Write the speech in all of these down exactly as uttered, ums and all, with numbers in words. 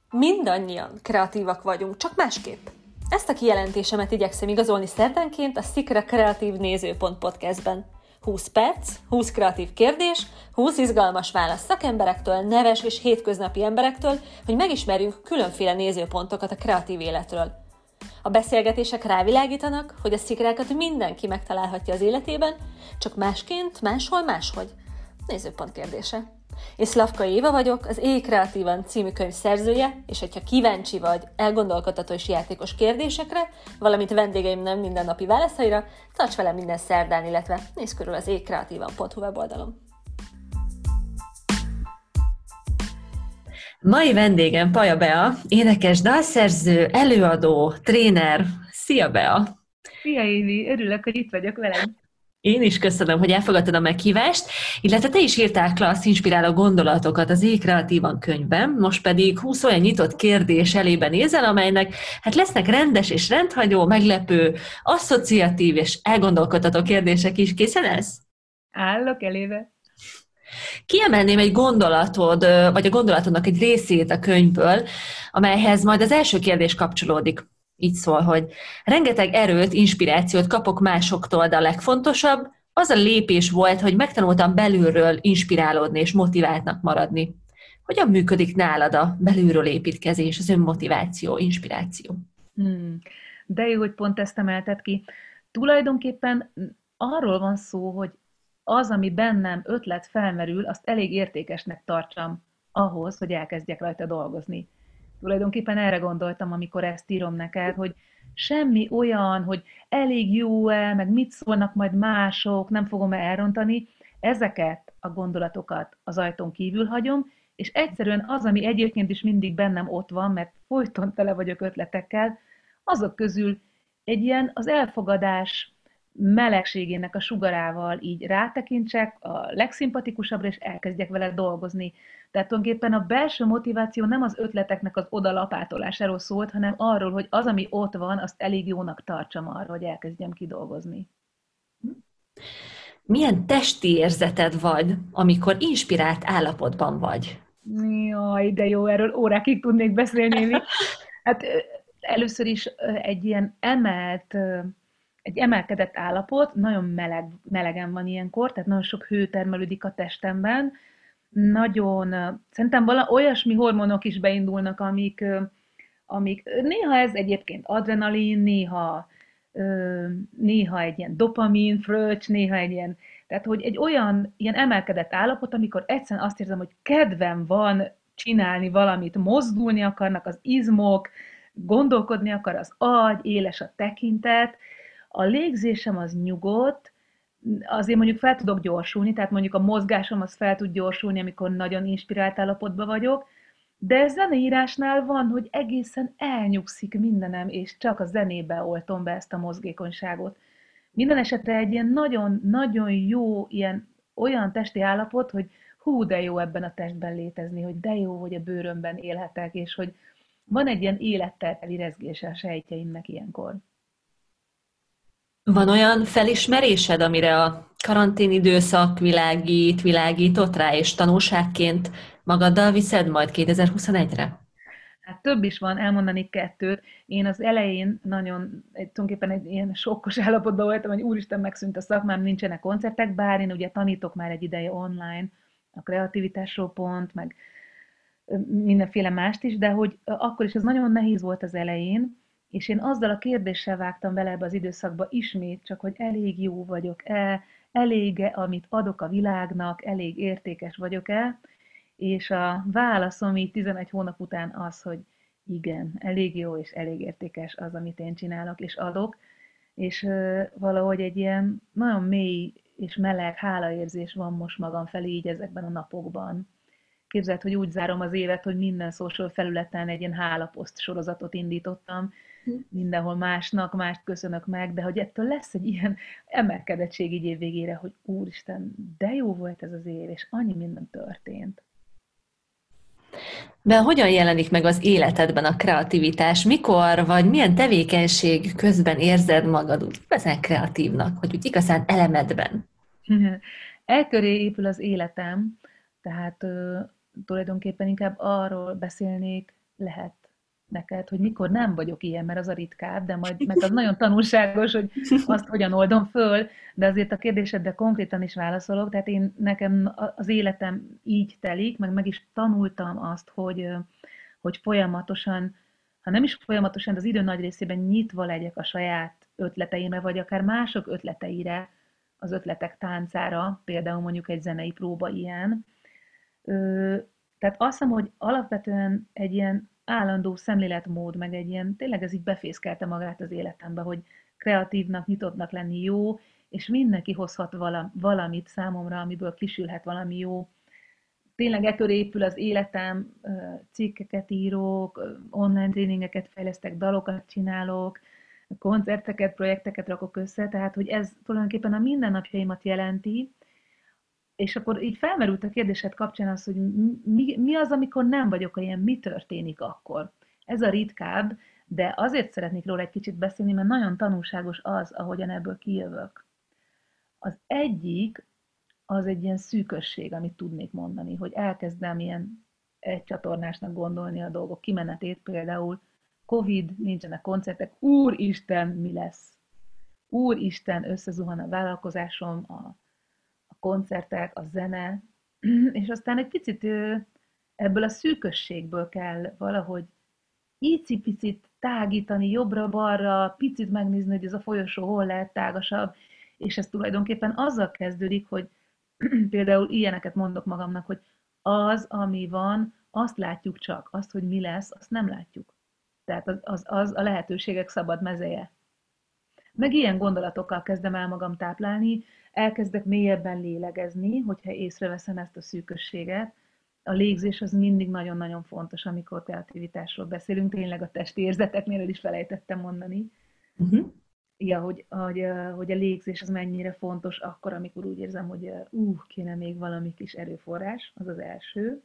Mindannyian kreatívak vagyunk, csak másképp. Ezt a kijelentésemet igyekszem igazolni szerdánként a Szikra Kreatív Nézőpont podcastben. húsz perc, húsz kreatív kérdés, húsz izgalmas válasz szakemberektől, neves és hétköznapi emberektől, hogy megismerjünk különféle nézőpontokat a kreatív életről. A beszélgetések rávilágítanak, hogy a szikrákat mindenki megtalálhatja az életében, csak másként, máshol, máshogy. Nézőpont kérdése. Én Szlavka Éva vagyok, az Élj Kreatívan című könyv szerzője, és hogyha kíváncsi vagy elgondolkodtató és játékos kérdésekre, valamint vendégeim nem mindennapi válaszaira, tarts velem minden szerdán, illetve nézz körül az élj kreatívan pont hu weboldalon. Mai vendégem Paja Bea, énekes, dalszerző, előadó, tréner. Szia, Bea! Szia, Évi! Örülök, hogy itt vagyok veled. Én is köszönöm, hogy elfogadtad a meghívást, illetve te is írtál klassz, inspiráló gondolatokat az Élj Kreatívan könyvben, most pedig húsz olyan nyitott kérdés elébe nézel, amelynek hát lesznek rendes és rendhagyó, meglepő, asszociatív és elgondolkodtató kérdések is. Készen ez? Állok elébe. Kiemelném egy gondolatod, vagy a gondolatodnak egy részét a könyvből, amelyhez majd az első kérdés kapcsolódik. Így szól, hogy rengeteg erőt, inspirációt kapok másoktól, de a legfontosabb az a lépés volt, hogy megtanultam belülről inspirálódni és motiváltnak maradni. Hogyan működik nálad a belülről építkezés, az önmotiváció, inspiráció? Hmm. De jó, hogy pont ezt emelted ki. Tulajdonképpen arról van szó, hogy az, ami bennem ötlet felmerül, azt elég értékesnek tartsam ahhoz, hogy elkezdjek rajta dolgozni. Tulajdonképpen erre gondoltam, amikor ezt írom neked, hogy semmi olyan, hogy elég jó-e, meg mit szólnak majd mások, nem fogom-e elrontani. Ezeket a gondolatokat az ajtón kívül hagyom, és egyszerűen az, ami egyébként is mindig bennem ott van, mert folyton tele vagyok ötletekkel, azok közül egy ilyen az elfogadás melegségének a sugarával így rátekintsek a legszimpatikusabbra, és elkezdjek vele dolgozni. Tehát tulajdonképpen a belső motiváció nem az ötleteknek az odalapátolásáról szólt, hanem arról, hogy az, ami ott van, azt elég jónak tartsam arra, hogy elkezdjem kidolgozni. Milyen testi érzeted vagy, amikor inspirált állapotban vagy? Jaj, de jó, erről órákig tudnék beszélni. Hát először is egy ilyen emelt, egy emelkedett állapot, nagyon meleg, melegen van ilyenkor, tehát nagyon sok hő termelődik a testemben, nagyon, szerintem vala, olyasmi hormonok is beindulnak, amik, amik, néha ez egyébként adrenalin, néha, néha egy ilyen dopamin fröccs, néha egy ilyen, tehát hogy egy olyan ilyen emelkedett állapot, amikor egyszerűen azt érzem, hogy kedvem van csinálni valamit, mozdulni akarnak az izmok, gondolkodni akar az agy, éles a tekintet, a légzésem az nyugodt, azért mondjuk fel tudok gyorsulni, tehát mondjuk a mozgásom az fel tud gyorsulni, amikor nagyon inspirált állapotban vagyok, de zeneírásnál van, hogy egészen elnyugszik mindenem, és csak a zenébe oltom be ezt a mozgékonyságot. Minden esetre egy ilyen nagyon-nagyon jó, ilyen, olyan testi állapot, hogy hú, de jó ebben a testben létezni, hogy de jó, hogy a bőrömben élhetek, és hogy van egy ilyen élettel teli rezgése a sejtjeimnek ilyenkor. Van olyan felismerésed, amire a karantén időszak világít, világított rá, és tanulságként magaddal viszed majd kétezer-huszonegyre? Hát több is van, elmondanék kettőt. Én az elején nagyon, tulajdonképpen egy ilyen sokkos állapotban voltam, hogy úristen, megszűnt a szakmám, nincsenek koncertek, bár én ugye tanítok már egy ideje online, a kreativitásról pont, meg mindenféle mást is, de hogy akkor is ez nagyon nehéz volt az elején, és én azzal a kérdéssel vágtam bele ebbe az időszakba ismét, csak hogy elég jó vagyok-e, elég-e, amit adok a világnak, elég értékes vagyok-e, és a válaszom így tizenegy hónap után az, hogy igen, elég jó és elég értékes az, amit én csinálok és adok, és valahogy egy ilyen nagyon mély és meleg hálaérzés van most magam felé így ezekben a napokban. Képzeld, hogy úgy zárom az évet, hogy minden social felületen egy ilyen hálaposzt sorozatot indítottam, mindenhol másnak, mást köszönök meg, de hogy ettől lesz egy ilyen emelkedettség így év végére, hogy úristen, de jó volt ez az év, és annyi minden történt. De hogyan jelenik meg az életedben a kreativitás? Mikor, vagy milyen tevékenység közben érzed magad úgy igazán kreatívnak, vagy úgy igazán elemedben? Elköré épül az életem, tehát ö, tulajdonképpen inkább arról beszélnék lehet neked, hogy mikor nem vagyok ilyen, mert az a ritkább, de majd meg az nagyon tanulságos, hogy azt hogyan oldom föl, de azért a kérdésedre konkrétan is válaszolok, tehát én nekem az életem így telik, meg meg is tanultam azt, hogy, hogy folyamatosan, ha nem is folyamatosan, de az idő nagy részében nyitva legyek a saját ötleteimre, vagy akár mások ötleteire, az ötletek táncára, például mondjuk egy zenei próba ilyen. Ö, tehát azt hiszem, hogy alapvetően egy ilyen állandó szemléletmód, meg egy ilyen, tényleg ez így befészkelte magát az életembe, hogy kreatívnak, nyitottnak lenni jó, és mindenki hozhat valamit számomra, amiből kisülhet valami jó. Tényleg e köré épül az életem, cikkeket írok, online tréningeket fejlesztek, dalokat csinálok, koncerteket, projekteket rakok össze, tehát hogy ez tulajdonképpen a mindennapjaimat jelenti, és akkor így felmerült a kérdésed kapcsán az, hogy mi, mi az, amikor nem vagyok olyan, mi történik akkor. Ez a ritkább, de azért szeretnék róla egy kicsit beszélni, mert nagyon tanulságos az, ahogyan ebből kijövök. Az egyik, az egy ilyen szűkösség, amit tudnék mondani, hogy elkezdem ilyen egycsatornásnak gondolni a dolgok kimenetét, például Covid, nincsenek koncertek, úristen, mi lesz? Úristen, összezuhan a vállalkozásom, a, a koncertek, a zene, és aztán egy picit ebből a szűkösségből kell valahogy icipicit tágítani jobbra-balra, picit megnézni, hogy ez a folyosó hol lehet tágasabb, és ez tulajdonképpen azzal kezdődik, hogy például ilyeneket mondok magamnak, hogy az, ami van, azt látjuk csak, azt, hogy mi lesz, azt nem látjuk. Tehát az, az, az a lehetőségek szabad mezeje. Meg ilyen gondolatokkal kezdem el magam táplálni, elkezdek mélyebben lélegezni, hogyha észreveszem ezt a szűkösséget. A légzés az mindig nagyon-nagyon fontos, amikor kreativitásról beszélünk, tényleg a testi érzeteknél is felejtettem mondani. Uh-huh. Ja, hogy, hogy, hogy a légzés az mennyire fontos akkor, amikor úgy érzem, hogy ú, kéne még valami kis erőforrás, az az első.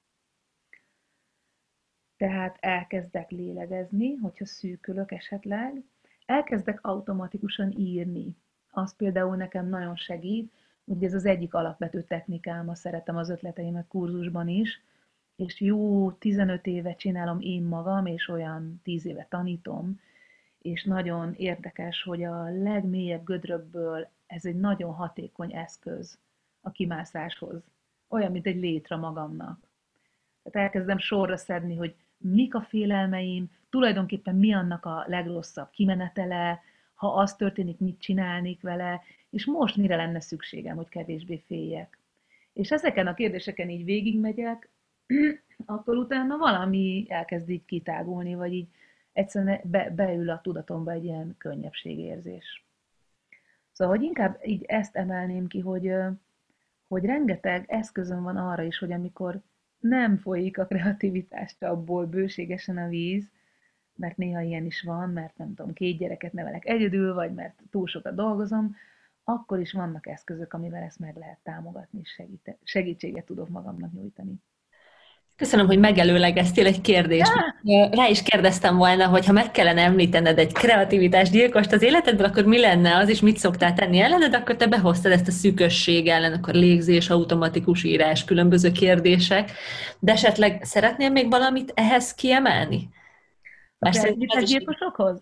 Tehát elkezdek lélegezni, hogyha szűkülök esetleg, elkezdek automatikusan írni. Az például nekem nagyon segít, ugye ez az egyik alapvető technikám, azt szeretem az ötleteimet kurzusban is, és jó tizenöt éve csinálom én magam, és olyan tíz éve tanítom, és nagyon érdekes, hogy a legmélyebb gödrökből ez egy nagyon hatékony eszköz a kimászáshoz. Olyan, mint egy létre magamnak. Tehát elkezdem sorra szedni, hogy mik a félelmeim, tulajdonképpen mi annak a legrosszabb kimenetele, ha az történik, mit csinálnék vele, és most mire lenne szükségem, hogy kevésbé féljek. És ezeken a kérdéseken így végigmegyek, akkor utána valami elkezd így kitágulni, vagy így egyszerűen be, beül a tudatomba egy ilyen könnyebbségérzés. Szóval, hogy inkább így ezt emelném ki, hogy, hogy rengeteg eszközön van arra is, hogy amikor nem folyik a kreativitás csapból bőségesen a víz, mert néha ilyen is van, mert nem tudom, két gyereket nevelek egyedül, vagy mert túl sokat dolgozom, akkor is vannak eszközök, amivel ezt meg lehet támogatni, és segít, segítséget tudok magamnak nyújtani. Köszönöm, hogy megelőlegeztél egy kérdést. Rá is kérdeztem volna, hogy ha meg kellene említened egy kreativitás gyilkost az életedből, akkor mi lenne az, és mit szoktál tenni ellened, akkor te behoztad ezt a szűkösség ellen, akkor légzés, automatikus írás, különböző kérdések, de esetleg szeretnél még valamit ehhez kiemelni? A kreativitás gyilkosokhoz?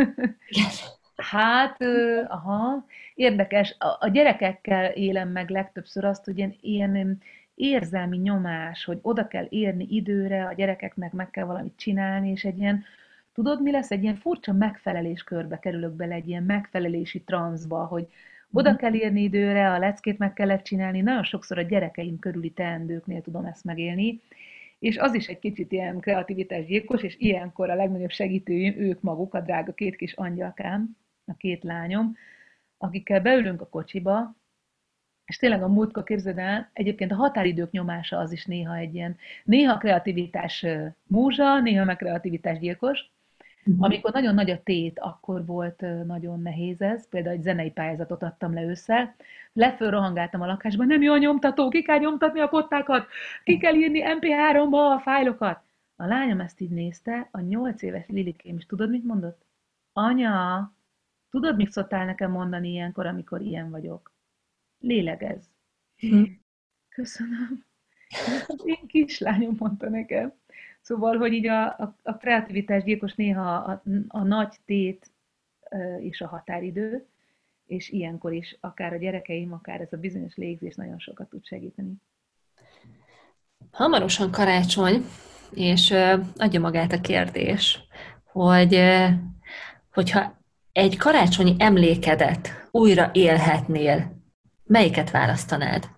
Hát, aha, érdekes. A gyerekekkel élem meg legtöbbször azt, hogy ilyen, ilyen érzelmi nyomás, hogy oda kell érni időre, a gyerekeknek meg kell valamit csinálni, és egy ilyen, tudod mi lesz? Egy ilyen furcsa megfelelés körbe kerülök bele, egy ilyen megfelelési transzba, hogy oda kell érni időre, a leckét meg kellett csinálni, nagyon sokszor a gyerekeim körüli teendőknél tudom ezt megélni, és az is egy kicsit ilyen kreativitás gyilkos, és ilyenkor a legnagyobb segítőim ők maguk, a drága két kis angyalkám, a két lányom, akikkel beülünk a kocsiba, és tényleg a múltkor képzeld el, egyébként a határidők nyomása az is néha egy ilyen, néha kreativitás múzsa, néha meg kreativitás gyilkos. Uh-huh. Amikor nagyon nagy a tét, akkor volt nagyon nehéz ez, például egy zenei pályázatot adtam le ősszel, leföl rohangáltam a lakásban, nem jó a nyomtató, ki kell nyomtatni a pottákat, ki kell írni em pé háromba a fájlokat. A lányom ezt így nézte, a nyolc éves Lilikém is, tudod, mit mondott? Anya, tudod, mit szoktál nekem mondani ilyenkor, amikor ilyen vagyok? Lélegezz. Hm. Köszönöm. Ez az én kislányom mondta nekem. Szóval, hogy így a, a, a kreativitás gyilkos néha a, a nagy tét ö, és a határidő, és ilyenkor is akár a gyerekeim, akár ez a bizonyos légzés nagyon sokat tud segíteni. Hamarosan karácsony, és ö, adja magát a kérdés, hogy ö, hogyha egy karácsonyi emlékedet újra élhetnél, melyiket választanád?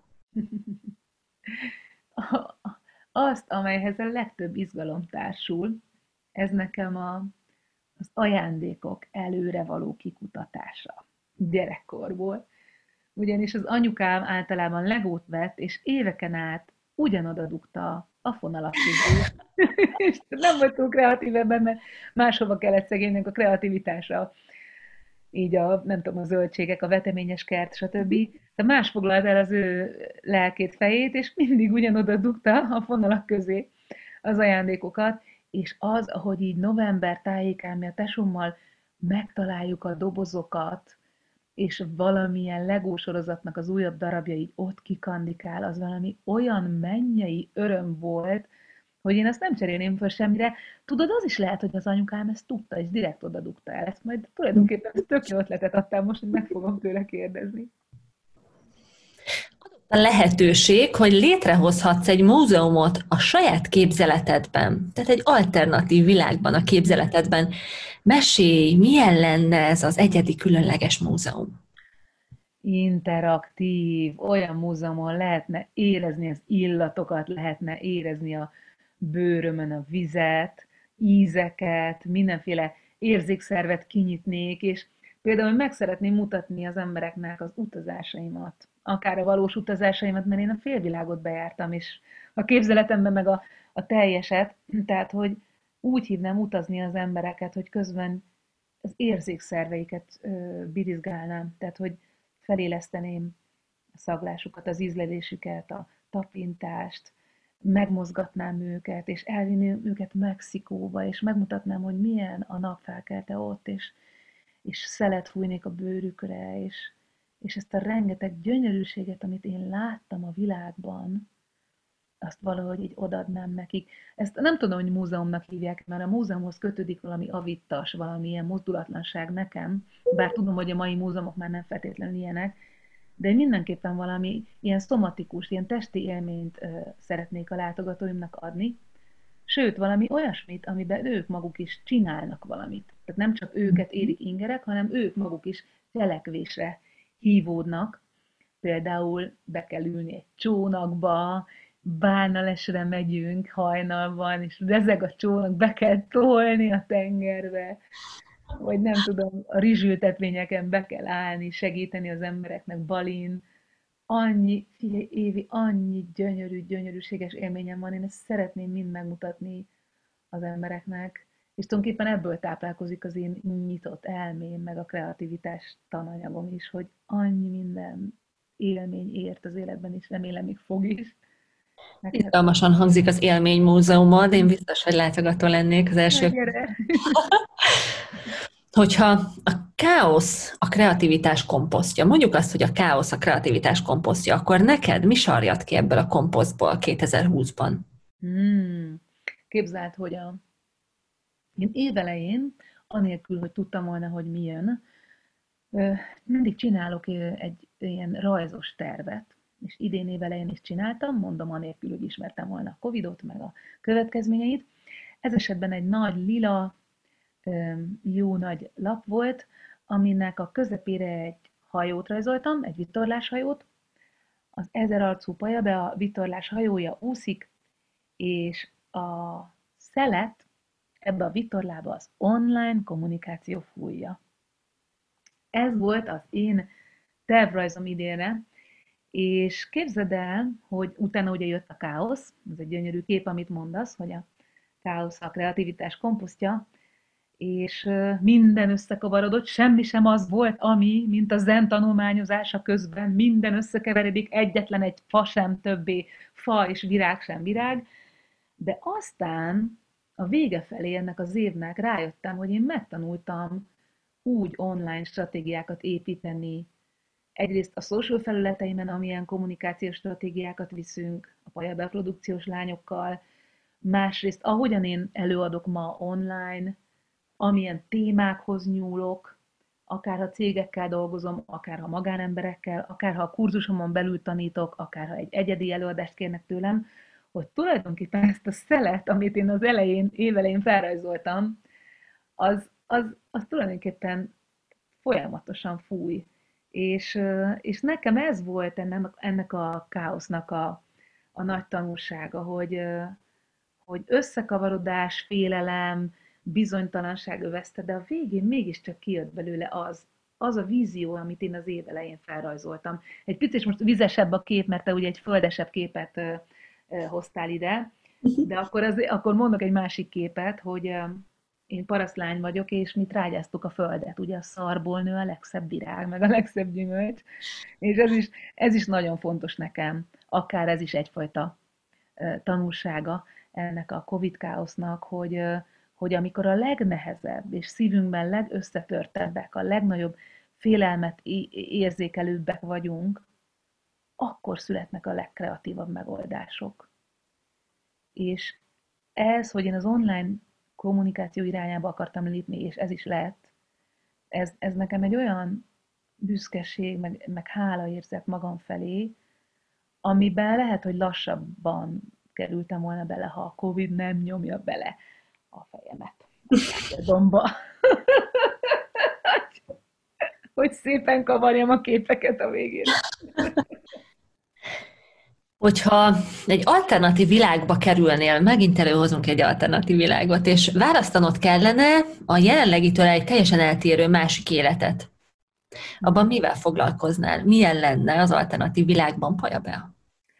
Azt, amelyhez a legtöbb izgalom társul, ez nekem a, az ajándékok előre való kikutatása gyerekkorból. Ugyanis az anyukám általában legót vett, és éveken át ugyanoda dugta a fonalat közé. És nem volt túl kreatív ebben, mert máshova kellett szegénynek a kreativitása. Így a, nem tudom, a zöldségek, a veteményes kert, stb. De más foglalt el az ő lelkét, fejét, és mindig ugyanoda dugta a fonalak közé az ajándékokat, és az, ahogy így november tájékán mi a tesómmal megtaláljuk a dobozokat, és valamilyen Lego sorozatnak az újabb darabja így ott kikandikál, az valami olyan mennyei öröm volt, hogy én ezt nem cserélném föl semmire. Tudod, az is lehet, hogy az anyukám ezt tudta, és direkt oda dugta el. Ezt majd tulajdonképpen ezt tök jó ötletet adtál most, hogy meg fogom tőle kérdezni. A lehetőség, hogy létrehozhatsz egy múzeumot a saját képzeletedben, tehát egy alternatív világban a képzeletedben. Mesélj, milyen lenne ez az egyedi, különleges múzeum? Interaktív, olyan múzeumon lehetne érezni az illatokat, lehetne érezni a bőrömön a vizet, ízeket, mindenféle érzékszervet kinyitnék, és például meg szeretném mutatni az embereknek az utazásaimat, akár a valós utazásaimat, mert én a félvilágot bejártam, és a képzeletemben meg a, a teljeset, tehát hogy úgy hívnám utazni az embereket, hogy közben az érzékszerveiket ö, birizgálnám, tehát hogy feléleszteném a szaglásukat, az ízlelésüket, a tapintást, megmozgatnám őket, és elvinném őket Mexikóba, és megmutatnám, hogy milyen a napfelkelte ott, és, és szelet fújnék a bőrükre, és, és ezt a rengeteg gyönyörűséget, amit én láttam a világban, azt valahogy így odaadnám nekik. Ezt nem tudom, hogy múzeumnak hívják, mert a múzeumhoz kötődik valami avittas, valami ilyen mozdulatlanság nekem, bár tudom, hogy a mai múzeumok már nem feltétlenül ilyenek, de mindenképpen valami ilyen szomatikus, ilyen testi élményt ö, szeretnék a látogatóimnak adni, sőt, valami olyasmit, amiben ők maguk is csinálnak valamit. Tehát nem csak őket érik ingerek, hanem ők maguk is cselekvésre hívódnak. Például be kell ülni egy csónakba, Bálnalesre megyünk hajnalban, és rezeg a csónak, be kell tolni a tengerbe, vagy nem tudom, a rizsültetvényeken be kell állni, segíteni az embereknek Balin. Annyi, figyelj, Évi, annyi gyönyörű, gyönyörűséges élményem van, én ezt szeretném mind megmutatni az embereknek, és tulajdonképpen ebből táplálkozik az én nyitott elmém, meg a kreativitás tananyagom is, hogy annyi minden élmény ért az életben, és remélem még fog is. Izgalmasan hangzik az élménymúzeumod, én biztos, hogy látogató lennék az első. Hogyha a káosz a kreativitás komposztja, mondjuk azt, hogy a káosz a kreativitás komposztja, akkor neked mi sarjad ki ebből a komposztból kétezer-húszban? Hmm. Képzeld, hogy a... én évelején, anélkül, hogy tudtam volna, hogy mi jön, mindig csinálok egy ilyen rajzos tervet, és idén évelején is csináltam, mondom anélkül, hogy ismertem volna a Covidot, meg a következményeit. Ez esetben egy nagy lila, jó nagy lap volt, aminek a közepére egy hajót rajzoltam, egy vitorláshajót. Az ezerarcú pajabe a vitorlás hajója úszik, és a szelet ebbe a vitorlába az online kommunikáció fújja. Ez volt az én tervrajzom idénre, és képzeld el, hogy utána ugye jött a káosz, ez egy gyönyörű kép, amit mondasz, hogy a káosz a kreativitás komposztja, és minden összekavarodott, semmi sem az volt, ami, mint a zen tanulmányozása közben, minden összekeveredik, egyetlen egy fa sem többé fa, és virág sem virág, de aztán a vége felé ennek az évnek rájöttem, hogy én megtanultam úgy online stratégiákat építeni, egyrészt a social felületeimen, amilyen kommunikációs stratégiákat viszünk a pajabel produkciós lányokkal, Másrészt, ahogyan én előadok ma online, amilyen témákhoz nyúlok, akár ha cégekkel dolgozom, akár ha magánemberekkel, akár ha a kurzusomon belül tanítok, akár ha egy egyedi előadást kérnek tőlem, hogy tulajdonképpen ezt a szelet, amit én az elején, évelején felrajzoltam, az, az, az tulajdonképpen folyamatosan fúj. És, ö, és nekem ez volt ennek, ennek a káosznak a, a nagy tanulsága, hogy, ö, hogy összekavarodás, félelem, bizonytalanság övezte, de a végén mégiscsak kijött belőle az, az a vízió, amit én az év elején felrajzoltam. Egy picit most vizesebb a kép, mert te ugye egy földesebb képet ö, ö, hoztál ide, de akkor, az, akkor mondok egy másik képet, hogy ö, én parasztlány vagyok, és mi trágyáztuk a földet. Ugye a szarból nő a legszebb virág, meg a legszebb gyümölcs, és ez is, ez is nagyon fontos nekem. Akár ez is egyfajta ö, tanulsága ennek a Covid káosznak, hogy, ö, hogy amikor a legnehezebb és szívünkben legösszetörtebbek, a legnagyobb félelmet érzékelőbbek vagyunk, akkor születnek a legkreatívabb megoldások. És ez, hogy én az online kommunikáció irányába akartam lépni, és ez is lett, ez, ez nekem egy olyan büszkeség, meg, meg hálaérzet magam felé, amiben lehet, hogy lassabban kerültem volna bele, ha a Covid nem nyomja bele a fejemet a domba. Hogy szépen kavarjam a képeket a végére. Hogyha egy alternatív világba kerülnél, megint előhozunk egy alternatív világot, és választanod kellene a jelenlegitől egy teljesen eltérő másik életet. Abban mivel foglalkoznál? Milyen lenne az alternatív világban, Pajabel?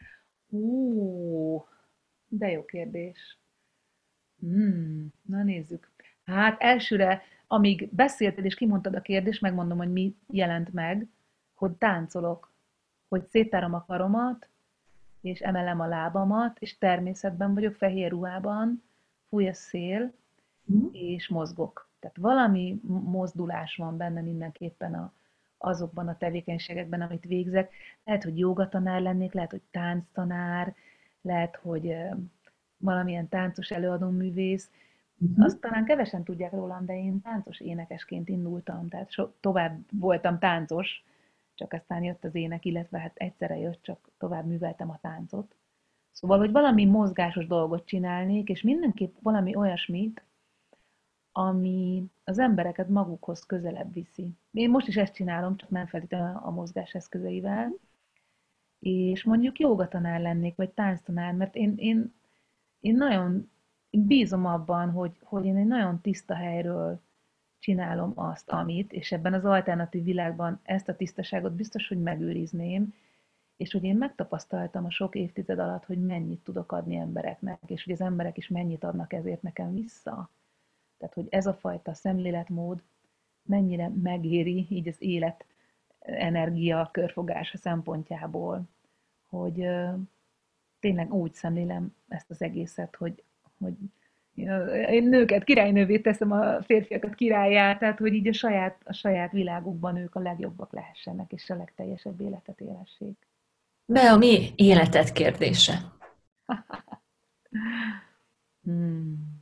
Ó, de jó kérdés. Hmm, na nézzük. Hát elsőre, amíg beszélted és kimondtad a kérdést, megmondom, hogy mi jelent meg, hogy táncolok, hogy széttárom a karomat, és emelem a lábamat, és természetben vagyok, fehér ruhában, fúj a szél, Mm. és mozgok. Tehát valami mozdulás van benne mindenképpen a, azokban a tevékenységekben, amit végzek. Lehet, hogy jogatanár lennék, lehet, hogy tánctanár, lehet, hogy ö, valamilyen táncos előadóművész. Uh-huh. Azt talán kevesen tudják rólam, de én táncos énekesként indultam, tehát so, tovább voltam táncos, csak aztán jött az ének, illetve hát egyszerre jött, csak tovább műveltem a táncot. Szóval, hogy valami mozgásos dolgot csinálnék, és mindenképp valami olyasmit, ami az embereket magukhoz közelebb viszi. Én most is ezt csinálom, csak nem feltétlenül a mozgás eszközeivel. És mondjuk jogatanár lennék, vagy tánctanár, mert én, én, én nagyon én bízom abban, hogy, hogy én egy nagyon tiszta helyről csinálom azt, amit, és ebben az alternatív világban ezt a tisztaságot biztos, hogy megőrizném, és hogy én megtapasztaltam a sok évtized alatt, hogy mennyit tudok adni embereknek, és hogy az emberek is mennyit adnak ezért nekem vissza. Tehát, hogy ez a fajta szemléletmód mennyire megéri így az élet energia körfogása szempontjából, hogy ö, tényleg úgy szemlélem ezt az egészet, hogy, hogy én nőket királynővé teszem, a férfiakat királlyá, tehát hogy így a saját, a saját világukban ők a legjobbak lehessenek, és a legteljesebb életet élessék. De a mi életed kérdése. hmm.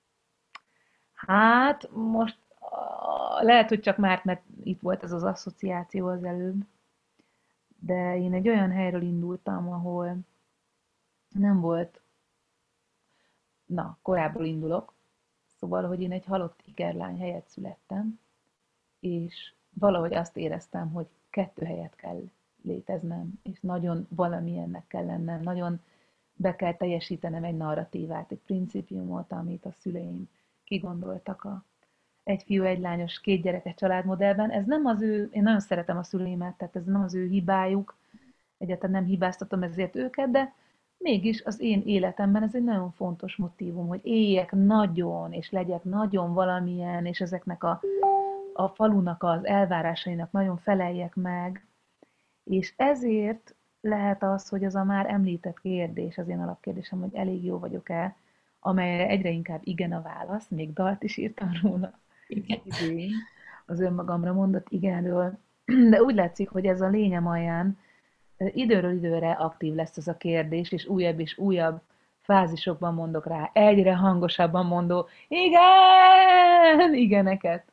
Hát most lehet, hogy csak már, mert itt volt ez az asszociáció az előbb, de én egy olyan helyről indultam, ahol nem volt, na, korábban indulok, szóval, hogy én egy halott ikerlány helyett születtem, és valahogy azt éreztem, hogy kettő helyet kell léteznem, és nagyon valamilyennek kell lennem, nagyon be kell teljesítenem egy narratívát, egy principiumot, amit a szüleim kigondoltak a egy fiú, egy lányos, két gyerekes családmodellben. Ez nem az ő, én nagyon szeretem a szüleimet, tehát ez nem az ő hibájuk, egyáltalán nem hibáztatom ezért őket, de mégis az én életemben ez egy nagyon fontos motívum, hogy éljek nagyon, és legyek nagyon valamilyen, és ezeknek a, a falunak az elvárásainak nagyon feleljek meg, és ezért lehet az, hogy az a már említett kérdés, az én alapkérdésem, hogy elég jó vagyok-e, amelyre egyre inkább igen a válasz, még dalt is írtam róla. Igen. Idén, az önmagamra mondott igenről, de úgy látszik, hogy ez a lényem alján időről időre aktív lesz ez a kérdés, és újabb és újabb fázisokban mondok rá, egyre hangosabban mondó, igen, igeneket.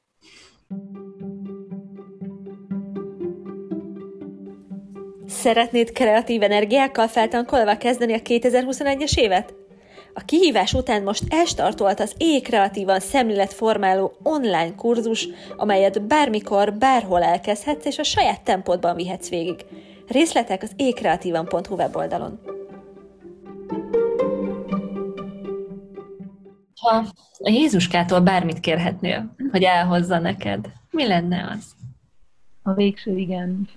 Szeretnéd kreatív energiákkal feltankolva kezdeni a kétezer-huszonegyes évet? A kihívás után most elstartolt az Élj Kreatívan szemléletformáló online kurzus, amelyet bármikor, bárhol elkezdhetsz, és a saját tempódban vihetsz végig. Részletek az élj kreatívan pont hu weboldalon. Ha a Jézuskától bármit kérhetnél, hogy elhozza neked, mi lenne az? A végső igen.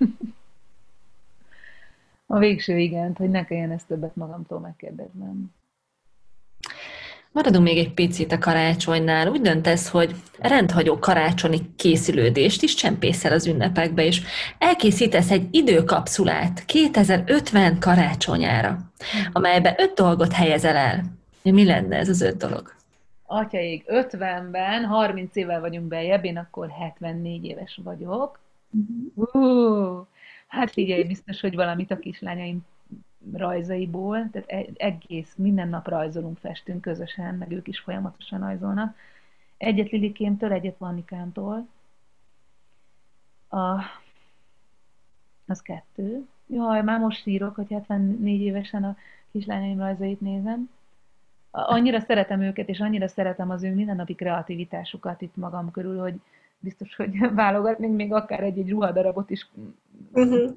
A végső igent, hogy ne kelljen ezt többet magamtól megkérdeznem. Maradunk még egy picit a karácsonynál. Úgy döntesz, hogy rendhagyó karácsonyi készülődést is csempészel az ünnepekbe, és elkészítesz egy időkapszulát kétezer-ötven karácsonyára, amelyben öt dolgot helyezel el. Mi lenne ez az öt dolog? Atyaik, ötvenben, harminc évvel vagyunk beljebb, én akkor hetvennégy éves vagyok. Uh, hát figyelj, biztos, hogy valamit a kislányaim rajzaiból, tehát egész, minden nap rajzolunk, festünk közösen, meg ők is folyamatosan rajzolnak. Egyet Lilikémtől, egyet Vannikámtól. A, az kettő. Jaj, már most sírok, hogy hetvennégy évesen a kislányaim rajzait nézem. Annyira szeretem őket, és annyira szeretem az ő mindennapi kreativitásukat itt magam körül, hogy biztos, hogy válogatnénk még akár egy-egy ruhadarabot is. Uh-huh.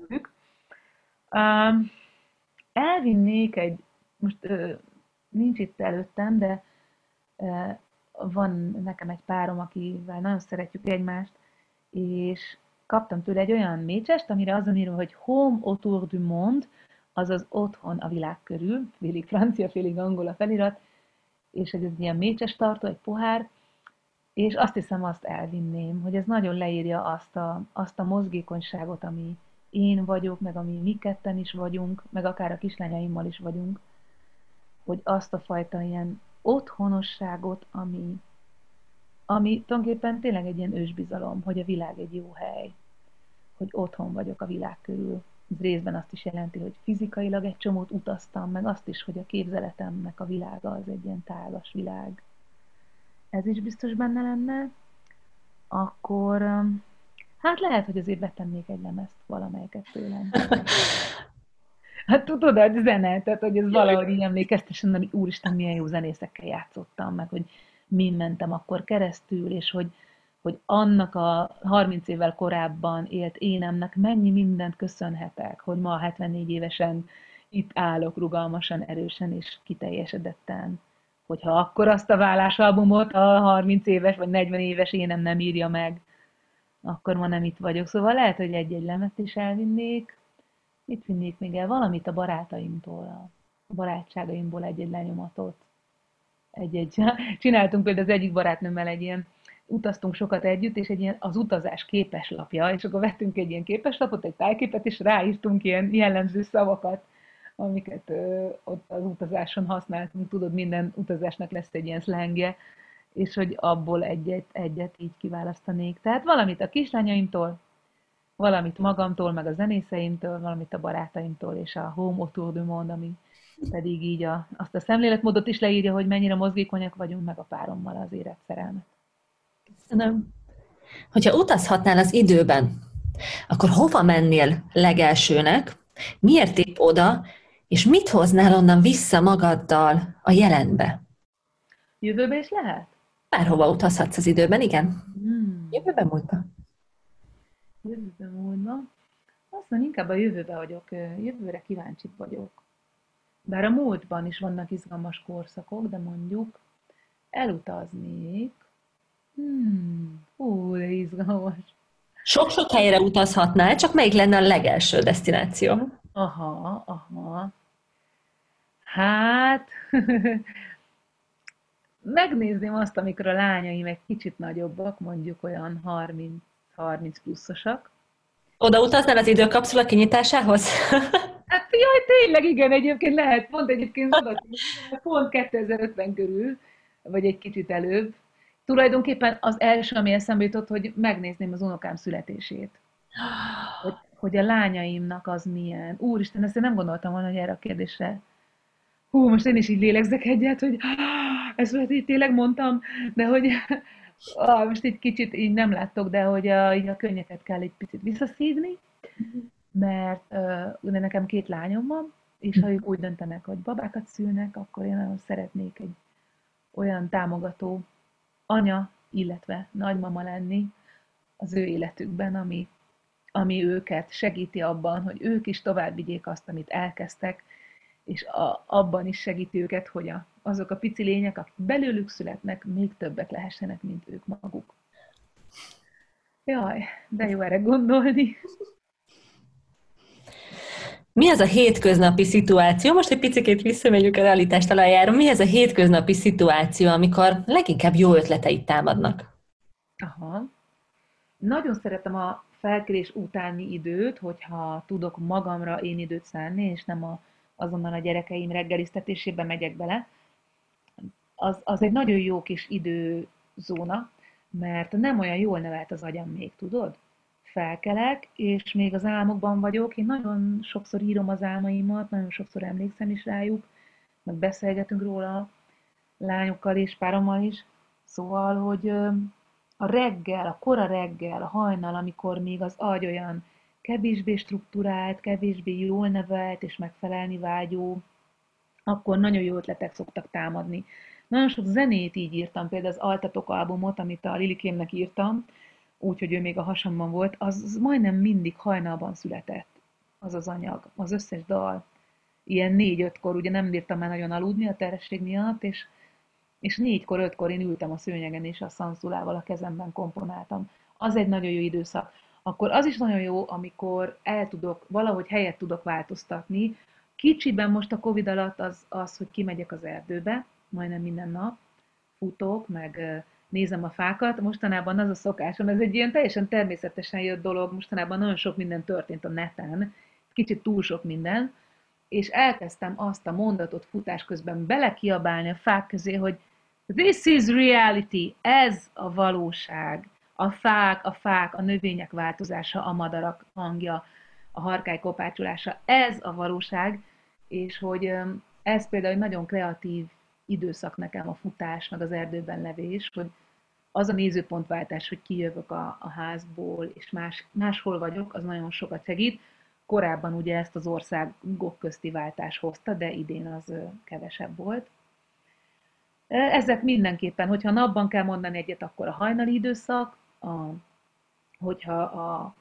Um, elvinnék egy, most ö, nincs itt előttem, de ö, van nekem egy párom, akivel nagyon szeretjük egymást, és kaptam tőle egy olyan mécsest, amire azon írva, hogy Home autour du monde, azaz otthon a világ körül, félig francia, félig angol a felirat, és ez egy ilyen mécses tartó, egy pohár, és azt hiszem, azt elvinném, hogy ez nagyon leírja azt a, azt a mozgékonyságot, ami én vagyok, meg ami mi ketten is vagyunk, meg akár a kislányaimmal is vagyunk, hogy azt a fajta ilyen otthonosságot, ami, ami tulajdonképpen tényleg egy ilyen ősbizalom, hogy a világ egy jó hely, hogy otthon vagyok a világ körül. Ez részben azt is jelenti, hogy fizikailag egy csomót utaztam, meg azt is, hogy a képzeletemnek a világa az egy ilyen tágas világ. Ez is biztos benne lenne. Akkor, hát lehet, hogy azért betennék egy lemezt valamelyiket tőlem. Hát tudod, a zene, tehát hogy ez valahogy így emlékeztesen, hogy úristen, milyen jó zenészekkel játszottam, meg hogy min mentem akkor keresztül, és hogy hogy annak a harminc évvel korábban élt énemnek mennyi mindent köszönhetek, hogy ma hetvennégy évesen itt állok rugalmasan, erősen és kiteljesedetten. Hogyha akkor azt a vállásalbumot a harminc éves vagy negyven éves énem nem írja meg, akkor ma nem itt vagyok. Szóval lehet, hogy egy-egy lemezt is elvinnék. Mit vinnék még el? Valamit a barátaimtól, a barátságaimból egy-egy lenyomatot. Egy-egy. Csináltunk például az egyik barátnőmmel egy ilyen, utaztunk sokat együtt, és egy ilyen az utazás képeslapja, és akkor vettünk egy ilyen képeslapot, egy tájképet, és ráírtunk ilyen jellemző szavakat, amiket ö, ott az utazáson használtunk. Tudod, minden utazásnak lesz egy ilyen szlengje, és hogy abból egyet, egyet így kiválasztanék. Tehát valamit a kislányaimtól, valamit magamtól, meg a zenészeimtől, valamit a barátaimtól, és a Home autour du monde, ami pedig így a, azt a szemléletmódot is leírja, hogy mennyire mozgékonyak vagyunk, meg a párommal az életszerelmet. Köszönöm. Hogyha utazhatnál az időben, akkor hova mennél legelsőnek, miért épp oda, és mit hoznál onnan vissza magaddal a jelenbe? Jövőbe is lehet? Bárhova utazhatsz az időben, igen. Hmm. Jövőben, múltba. Jövőben, múltba. Azt mondom, inkább a jövőbe vagyok, jövőre kíváncsi vagyok. Bár a múltban is vannak izgalmas korszakok, de mondjuk elutaznék. Hmm, hú, de izgalmas. Sok-sok helyre utazhatnál, csak melyik lenne a legelső desztináció? Aha, aha. Hát, megnézném azt, amikor a lányaim egy kicsit nagyobbak, mondjuk olyan harminc pluszosak. Oda utaznál az időkapszula kinyitásához? Hát jaj, tényleg igen, egyébként lehet, pont egyébként oda, pont kétezer-ötven körül, vagy egy kicsit előbb. Tulajdonképpen az első, ami eszembe jutott, hogy megnézném az unokám születését. Hogy, hogy a lányaimnak az milyen. Úristen, ezt én nem gondoltam volna, hogy erre a kérdésre Hú, most én is így lélegzek egyet, hogy ezt most így tényleg mondtam, de hogy ah, most egy kicsit így nem láttok, de hogy a, így a könnyeket kell egy picit visszaszívni, mert uh, ugye nekem két lányom van, és ha ők úgy döntenek, hogy babákat szülnek, akkor én nagyon szeretnék egy olyan támogató anya, illetve nagymama lenni az ő életükben, ami, ami őket segíti abban, hogy ők is tovább vigyék azt, amit elkezdtek, és a, abban is segíti őket, hogy a, azok a pici lények, akik belőlük születnek, még többek lehessenek, mint ők maguk. Jaj, de jó erre gondolni. Mi az a hétköznapi szituáció? Most egy picit visszamegyünk a realitás talajára. Mi az a hétköznapi szituáció, amikor leginkább jó ötleteid támadnak? Aha. Nagyon szeretem a felkelés utáni időt, hogyha tudok magamra én időt szánni, és nem a, azonnal a gyerekeim reggeliztetésébe megyek bele. Az, az egy nagyon jó kis időzóna, mert nem olyan jól nevelt az agyam még, tudod? Felkelek, és még az álmokban vagyok. Én nagyon sokszor írom az álmaimat, nagyon sokszor emlékszem is rájuk, meg beszélgetünk róla lányokkal és párommal is. Szóval, hogy a reggel, a kora reggel, a hajnal, amikor még az agy olyan kevésbé strukturált, kevésbé jól nevelt és megfelelni vágyó, akkor nagyon jó ötletek szoktak támadni. Nagyon sok zenét így írtam, például az Altatok albumot, amit a Lilikémnek írtam, úgyhogy ő még a hasamban volt, az majdnem mindig hajnalban született, az az anyag, az összes dal. Ilyen négy-ötkor, ugye nem bírtam már nagyon aludni a terhesség miatt, és, és négykor, ötkor én ültem a szőnyegen, és a szanszulával a kezemben komponáltam. Az egy nagyon jó időszak. Akkor az is nagyon jó, amikor el tudok, valahogy helyet tudok változtatni. Kicsiben most a Covid alatt az, az, hogy kimegyek az erdőbe, majdnem minden nap, futok, meg nézem a fákat. Mostanában az a szokásom, ez egy ilyen teljesen természetesen jött dolog, mostanában nagyon sok minden történt a neten, kicsit túl sok minden, és elkezdtem azt a mondatot futás közben belekiabálni a fák közé, hogy this is reality, ez a valóság. A fák, a fák, a növények változása, a madarak hangja, a harkály kopácsolása, ez a valóság, és hogy ez például egy nagyon kreatív időszak nekem a futás, meg az erdőben levés, hogy az a nézőpontváltás, hogy kijövök a, a házból, és más, máshol vagyok, az nagyon sokat segít. Korábban ugye ezt az országok közti váltás hozta, de idén az kevesebb volt. Ezek mindenképpen, hogyha napban kell mondani egyet, akkor a hajnali időszak, a, hogyha a,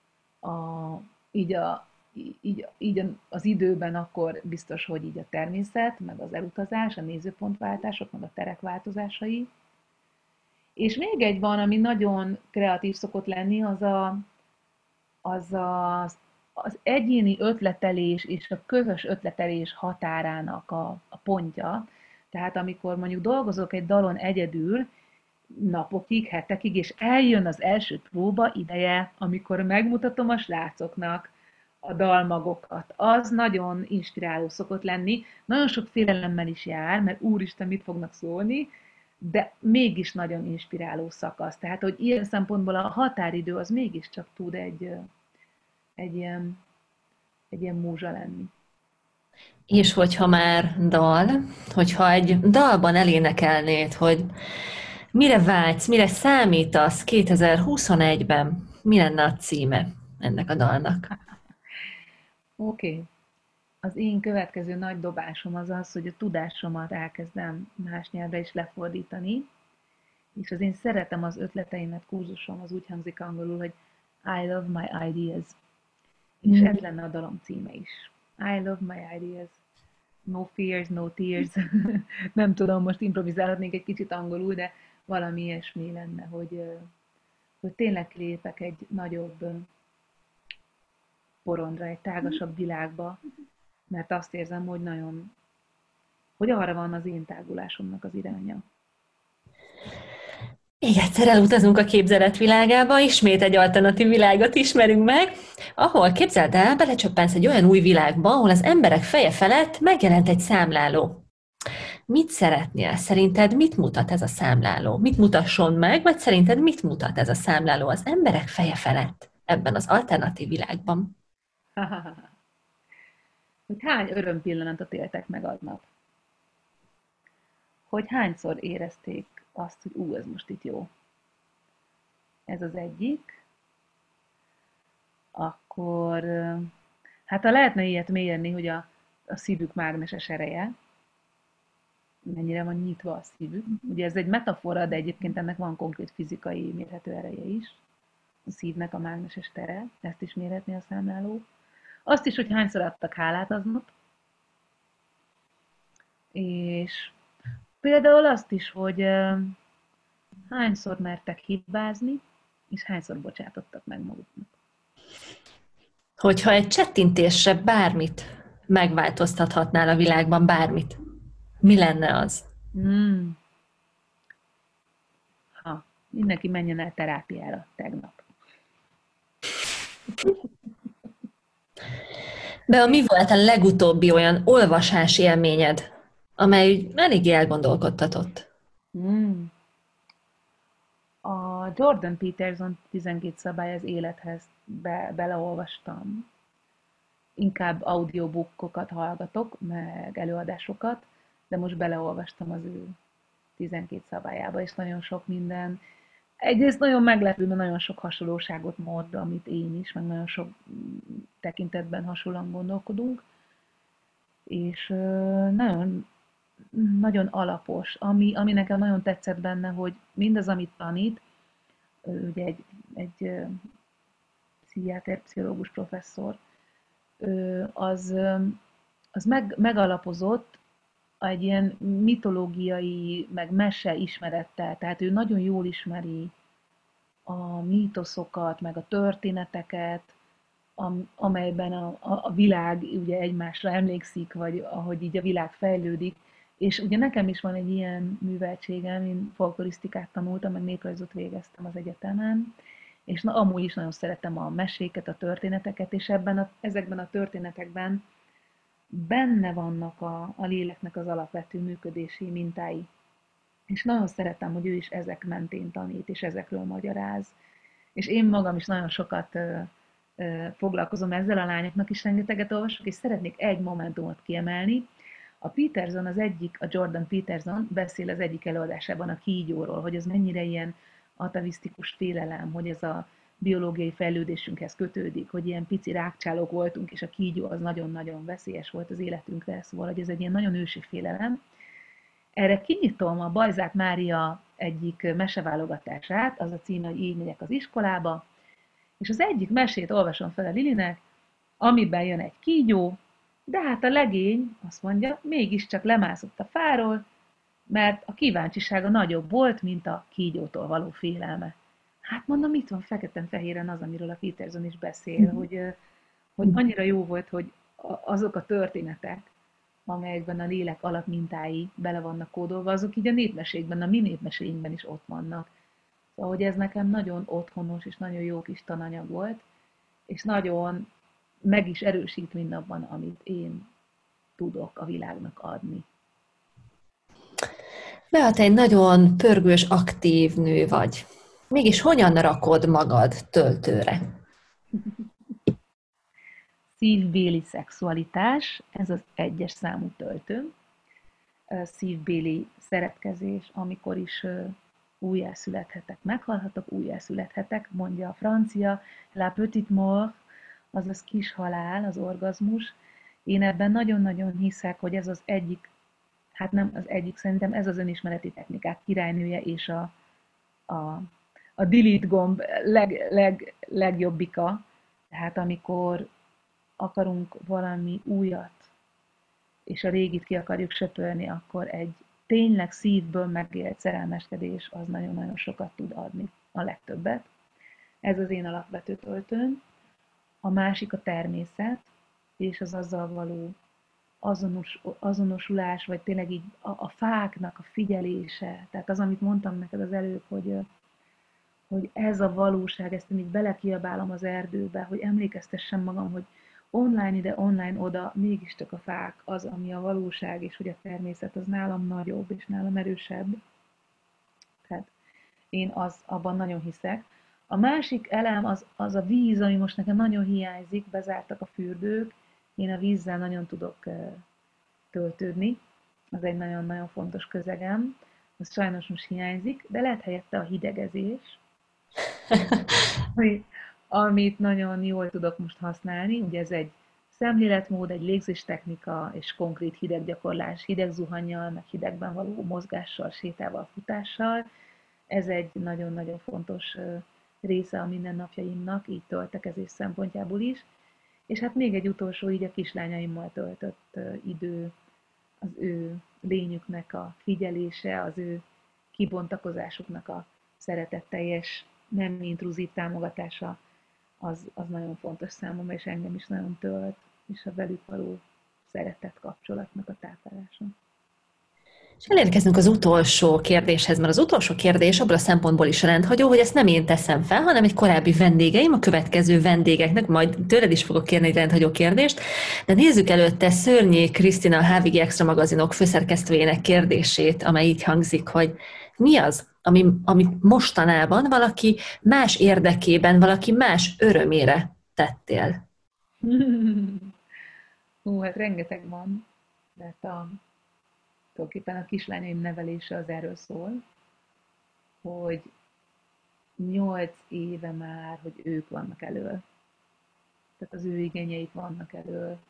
a, így, a, így, így az időben, akkor biztos, hogy így a természet, meg az elutazás, a nézőpontváltások, meg a terek változásai. És még egy van, ami nagyon kreatív szokott lenni, az a, az, a, az egyéni ötletelés és a közös ötletelés határának a, a pontja. Tehát amikor mondjuk dolgozok egy dalon egyedül, napokig, hetekig, és eljön az első próba ideje, amikor megmutatom a srácoknak a dalmagokat. Az nagyon inspiráló szokott lenni. Nagyon sok félelemmel is jár, mert úristen, mit fognak szólni, de mégis nagyon inspiráló szakasz. Tehát, hogy ilyen szempontból a határidő az mégiscsak tud egy, egy, ilyen, egy ilyen múzsa lenni. És hogyha már dal, hogyha egy dalban elénekelnéd, hogy mire vágysz, mire számítasz kétezer-huszonegyben, mi lenne a címe ennek a dalnak? Oké. Okay. Az én következő nagy dobásom az az, hogy a tudásomat elkezdem más nyelvre is lefordítani, és az én szeretem az ötleteimet kurzusom, az úgy hangzik angolul, hogy I love my ideas. És ez lenne a dalom címe is. I love my ideas. No fears, no tears. Nem tudom, most improvizálhatnék egy kicsit angolul, de valami ilyesmi lenne, hogy, hogy tényleg lépek egy nagyobb porondra, egy tágasabb világba, mert azt érzem, hogy nagyon, hogy arra van az én tágulásomnak az iránya. Még egyszer elutazunk a képzelet világába, ismét egy alternatív világot ismerünk meg, ahol, képzeld el, belecsöppensz egy olyan új világba, ahol az emberek feje felett megjelent egy számláló. Mit szeretnél? Szerinted mit mutat ez a számláló? Mit mutasson meg, vagy szerinted mit mutat ez a számláló az emberek feje felett ebben az alternatív világban? Hogy hány örömpillanatot éltek meg aznap. hogy hányszor érezték azt, hogy ú, ez most itt jó. Ez az egyik. Akkor, hát ha lehetne ilyet mérni, hogy a, a szívük mágneses ereje, mennyire van nyitva a szívük. Ugye ez egy metafora, de egyébként ennek van konkrét fizikai mérhető ereje is. A szívnek a mágneses tere, ezt is mérhetné a számláló. Azt is, hogy hányszor adtak hálát aznap. És például azt is, hogy hányszor mertek hibázni, és hányszor bocsátottak meg maguknak. Hogyha egy csettintésre bármit megváltoztathatnál a világban, bármit, mi lenne az? Hmm. Ha, mindenki menjen el terápiára tegnap. De mi volt a legutóbbi olyan olvasási élményed, amely eléggé elgondolkodtatott? Hmm. A Jordan Peterson tizenkét szabály az élethez be, beleolvastam. Inkább audiobookokat hallgatok, meg előadásokat, de most beleolvastam az ő tizenkét szabályába, és nagyon sok minden. Egyrészt nagyon meglepő, mert nagyon sok hasonlóságot mond, amit én is, meg nagyon sok tekintetben hasonlóan gondolkodunk, és nagyon, nagyon alapos. Ami, ami nekem nagyon tetszett benne, hogy mindaz, amit tanít, ugye egy, egy pszichiáter, pszichológus professzor, az, az meg, megalapozott egy ilyen mitológiai, meg mese ismerettel, tehát ő nagyon jól ismeri a mítoszokat, meg a történeteket, amelyben a, a világ ugye egymásra emlékszik, vagy ahogy így a világ fejlődik. És ugye nekem is van egy ilyen műveltségem, én folklorisztikát tanultam, meg néprajzot végeztem az egyetemen, és na, amúgy is nagyon szeretem a meséket, a történeteket, és ebben a, ezekben a történetekben benne vannak a, a léleknek az alapvető működési mintái. És nagyon szeretem, hogy ő is ezek mentén tanít, és ezekről magyaráz. És én magam is nagyon sokat ö, ö, foglalkozom ezzel, a lányoknak is rengeteget olvasok, és szeretnék egy momentumot kiemelni. A Peterson az egyik, a Jordan Peterson beszél az egyik előadásában a kígyóról, hogy ez mennyire ilyen atavisztikus félelem, hogy ez a biológiai fejlődésünkhez kötődik, hogy ilyen pici rákcsálók voltunk, és a kígyó az nagyon-nagyon veszélyes volt az életünkre, szóval hogy ez egy ilyen nagyon ősi félelem. Erre kinyitom a Bajzák Mária egyik meseválogatását, az a címe, hogy Így megyek az iskolába, és az egyik mesét olvasom fel a Lilinek, amiben jön egy kígyó, de hát a legény, azt mondja, mégiscsak lemászott a fáról, mert a kíváncsisága nagyobb volt, mint a kígyótól való félelme. Hát mondom, itt van feketen-fehéren az, amiről a Peterson is beszél, hogy, hogy annyira jó volt, hogy azok a történetek, amelyekben a lélek alapmintái bele vannak kódolva, azok így a népmesékben, a mi népmeséinkben is ott vannak. Szóval, hogy ez nekem nagyon otthonos és nagyon jó kis tananyag volt, és nagyon meg is erősít mindabban, amit én tudok a világnak adni. Bea, te egy nagyon pörgős, aktív nő vagy. Mégis hogyan rakod magad töltőre? Szívbéli szexualitás, ez az egyes számú töltőm. Szívbéli szeretkezés, amikor is újjászülethetek, meghalhatok, újjászülethetek, mondja a francia, la petite mort, azaz kis halál, az orgazmus. Én ebben nagyon-nagyon hiszek, hogy ez az egyik, hát nem az egyik, szerintem ez az önismereti technikák királynője és a, a, a delete gomb leg, leg, legjobbika. Tehát amikor akarunk valami újat, és a régit ki akarjuk söpörni, akkor egy tényleg szívből megélt szerelmeskedés az nagyon-nagyon sokat tud adni, a legtöbbet. Ez az én alapvető töltőm. A másik a természet, és az azzal való azonos, azonosulás, vagy tényleg így a, a fáknak a figyelése. Tehát az, amit mondtam neked az előbb, hogy, hogy ez a valóság, ezt én így belekiabálom az erdőbe, hogy emlékeztessem magam, hogy online ide, online oda, mégiscsak a fák az, ami a valóság, és hogy a természet az nálam nagyobb, és nálam erősebb. Tehát én az, abban nagyon hiszek. A másik elem az, az a víz, ami most nekem nagyon hiányzik, bezártak a fürdők, én a vízzel nagyon tudok töltődni. az egy nagyon-nagyon fontos közegem, az sajnos most hiányzik, de lehet helyette a hidegezés, ami, amit nagyon jól tudok most használni. Ugye ez egy szemléletmód, egy légzéstechnika és konkrét hideggyakorlás, hideg zuhannyal, meg hidegben való mozgással, sétával, futással. Ez egy nagyon-nagyon fontos része a mindennapjaimnak, így töltekezés szempontjából is. És hát még egy utolsó, így a kislányaimmal töltött idő, az ő lényüknek a figyelése, az ő kibontakozásuknak a szeretetteljes, nem intruzív támogatása, az, az nagyon fontos számomra, és engem is nagyon tölt, és a velük való szeretett kapcsolatnak a táplálása. És elérkezünk az utolsó kérdéshez, mert az utolsó kérdés abban a szempontból is rendhagyó, hogy ezt nem én teszem fel, hanem egy korábbi vendégeim, a következő vendégeknek, majd tőled is fogok kérni egy rendhagyó kérdést, de nézzük előtte Szörnyé Krisztina, a há vé gé Extra magazinok főszerkesztőjének kérdését, amely így hangzik, hogy mi az, ami, amit mostanában valaki más érdekében, valaki más örömére tettél? Hú, hát rengeteg van, de a tulajdonképpen a kislányaim nevelése az erről szól, hogy nyolc éve már, hogy ők vannak elől. Tehát az ő igényeik vannak elől.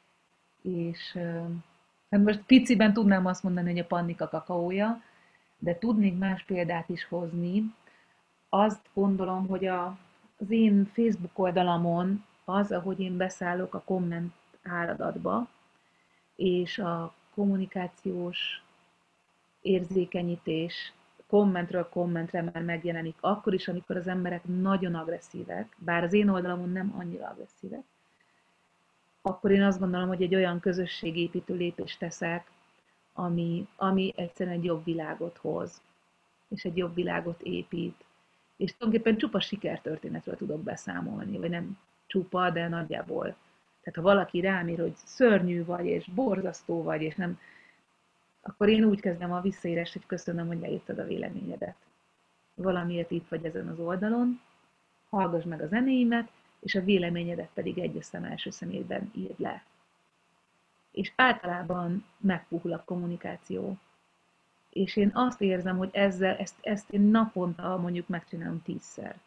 És hát most piciben tudnám azt mondani, hogy a Pannika kakaója, de tudnék más példát is hozni. Azt gondolom, hogy a, az én Facebook oldalamon az, ahogy én beszállok a komment áradatba, és a kommunikációs érzékenyítés kommentről kommentre már megjelenik, akkor is, amikor az emberek nagyon agresszívek, bár az én oldalamon nem annyira agresszívek, akkor én azt gondolom, hogy egy olyan közösségépítő lépést teszek, ami, ami egyszerűen egy jobb világot hoz, és egy jobb világot épít. És tulajdonképpen csupa sikertörténetről tudok beszámolni, vagy nem csupa, de nagyjából. Tehát ha valaki rám ír, hogy szörnyű vagy, és borzasztó vagy, és nem, akkor én úgy kezdem a visszaírást, hogy köszönöm, hogy leírtad a véleményedet. Valamiért itt vagy ezen az oldalon, hallgass meg a zenéimet, és a véleményedet pedig egyes szem első személyben írd le. És általában megpuhul a kommunikáció. És én azt érzem, hogy ezzel, ezt, ezt én naponta mondjuk megcsinálom tízszer.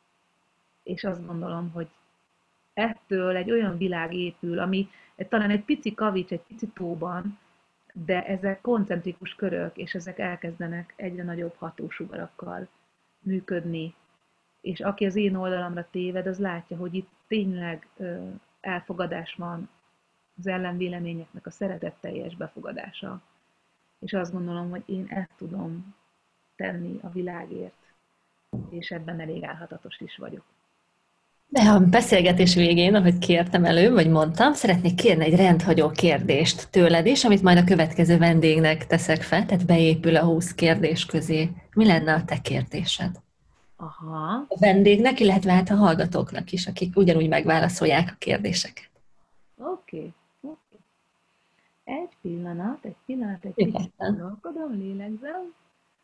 És azt gondolom, hogy ettől egy olyan világ épül, ami talán egy pici kavics, egy pici tóban, de ezek koncentrikus körök, és ezek elkezdenek egyre nagyobb hatósugarakkal működni. És aki az én oldalamra téved, az látja, hogy itt tényleg elfogadás van, az ellenvéleményeknek a szeretetteljes befogadása. És azt gondolom, hogy én ezt tudom tenni a világért, és ebben elég álhatatos is vagyok. De a beszélgetés végén, ahogy kértem elő, vagy mondtam, szeretnék kérni egy rendhagyó kérdést tőled is, amit majd a következő vendégnek teszek fel, tehát beépül a húsz kérdés közé. Mi lenne a te kérdésed? Aha. A vendégnek, illetve hát a hallgatóknak is, akik ugyanúgy megválaszolják a kérdéseket. Oké. Okay. Okay. Egy pillanat, egy pillanat, egy kicsit gondolkodom, lélegzem.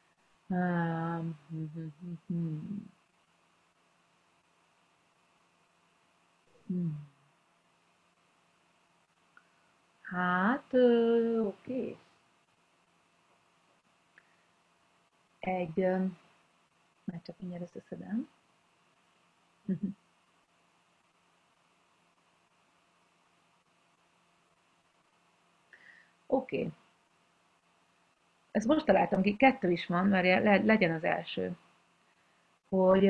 Um, hm, hm, hm, hm. Hmm. Hát, oké. Okay. Egy, már csak mindjárt összeszedem. Oké. Okay. Ezt most találtam ki, kettő is van, mert le, legyen az első. Hogy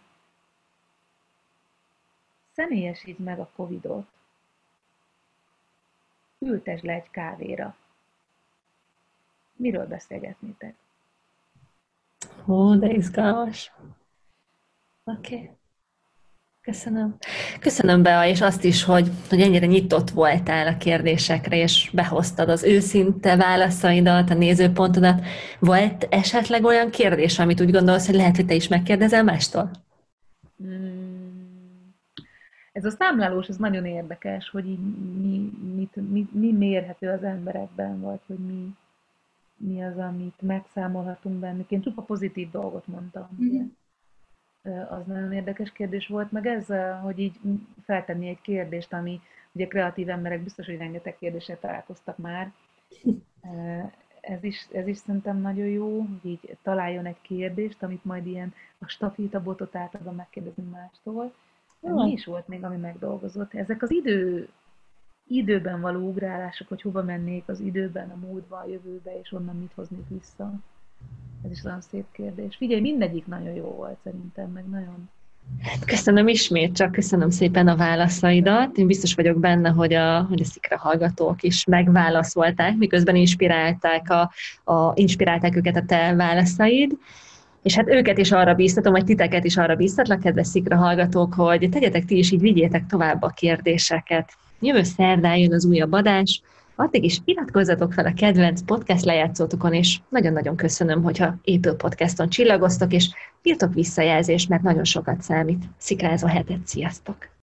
személyesítsd meg a Covidot, ültesd le egy kávéra. Miről beszélgetnétek? Ó, de izgalmas. Oké. Okay. Köszönöm. Köszönöm, Bea, és azt is, hogy, hogy ennyire nyitott voltál a kérdésekre, és behoztad az őszinte válaszaidat, a nézőpontodat. Volt esetleg olyan kérdés, amit úgy gondolsz, hogy lehet, hogy te is megkérdezel mástól? Hmm. Ez a számlálós, ez nagyon érdekes, hogy így mi, mit, mi, mi mérhető az emberekben, vagy hogy mi, mi az, amit megszámolhatunk bennük. Én csupa pozitív dolgot mondtam. Mm-hmm. Az nagyon érdekes kérdés volt, meg ez, hogy így feltenni egy kérdést, ami ugye kreatív emberek biztos, hogy rengeteg kérdéssel találkoztak már, Ez is, ez is szerintem nagyon jó, hogy így találjon egy kérdést, amit majd ilyen a stafétabotot átadom megkérdezni mástól. De mi is volt még, ami megdolgozott? Ezek az idő, időben való ugrálások, hogy hova mennék az időben, a múltba, a jövőbe, és onnan mit hoznék vissza. Ez is olyan szép kérdés. Figyelj, mindegyik nagyon jó volt szerintem, meg nagyon... Köszönöm ismét, csak köszönöm szépen a válaszaidat. Én biztos vagyok benne, hogy a, hogy a Szikra hallgatók is megválaszolták, miközben inspirálták, a, a, inspirálták őket a te válaszaid. És hát őket is arra bíztatom, vagy titeket is arra bíztatlak, kedves Szikra hallgatók, hogy tegyetek ti is így, vigyétek tovább a kérdéseket. Jövő szerdán jön az újabb adás, addig is iratkozzatok fel a kedvenc podcast lejátszótokon, és nagyon-nagyon köszönöm, hogyha Apple Podcaston csillagoztok, és írtok visszajelzést, mert nagyon sokat számít. Szikrázó hetet, sziasztok!